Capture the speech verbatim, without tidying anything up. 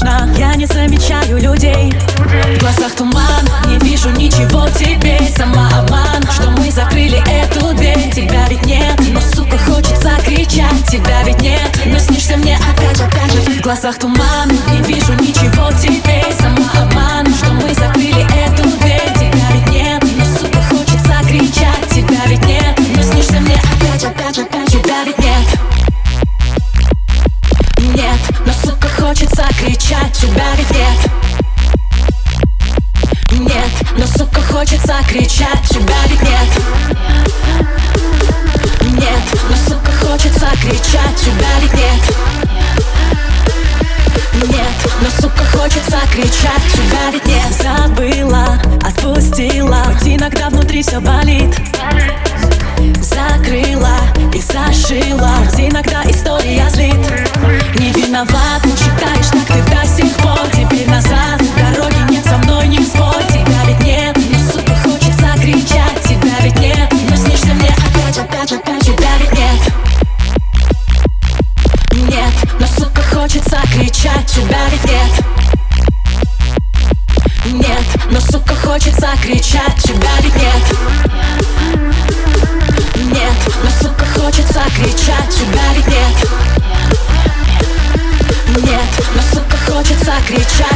скучно, я не замечаю людей. В глазах туман, не вижу ничего теперь. Самообман, что мы закрыли эту дверь. Тебя ведь нет, но, сука, хочется кричать. Тебя ведь нет, но снишься мне опять, опять же. В глазах туман, не вижу ничего теперь. Самообман, что мы закрыли эту дверь. Тебя ведь нет, но, сука, хочется кричать. Тебя ведь нет, но снишься мне опять, опять, опять. Тебя ведь нет. Нет, но, сука, хочется кричать. Тебя ведь нет. Нет, но, сука, хочется кричать. Тебя ведь нет. Нет, но, сука, хочется кричать. Тебя ведь нет. Нет, но, сука, хочется кричать. Тебя ведь нет. Забыла, отпустила, хоть иногда внутри все болит. Закрыла и зашила, хоть иногда история злит. Не виноват, но читаешь так ты до сих пор. Теперь назад дороги нет, со мной не спорь. Тебя ведь нет, но, сука, хочется кричать. Тебя ведь нет, но снишься мне опять, опять, опять. Тебя ведь нет. Нет, но, сука, хочется кричать. Тебя ведь нет. Нет, но, сука, хочется кричать. Тебя ведь нет. Нет, но, сука, хочется кричать. Тебя ведь нет. Нет, но, сука, хочется кричать.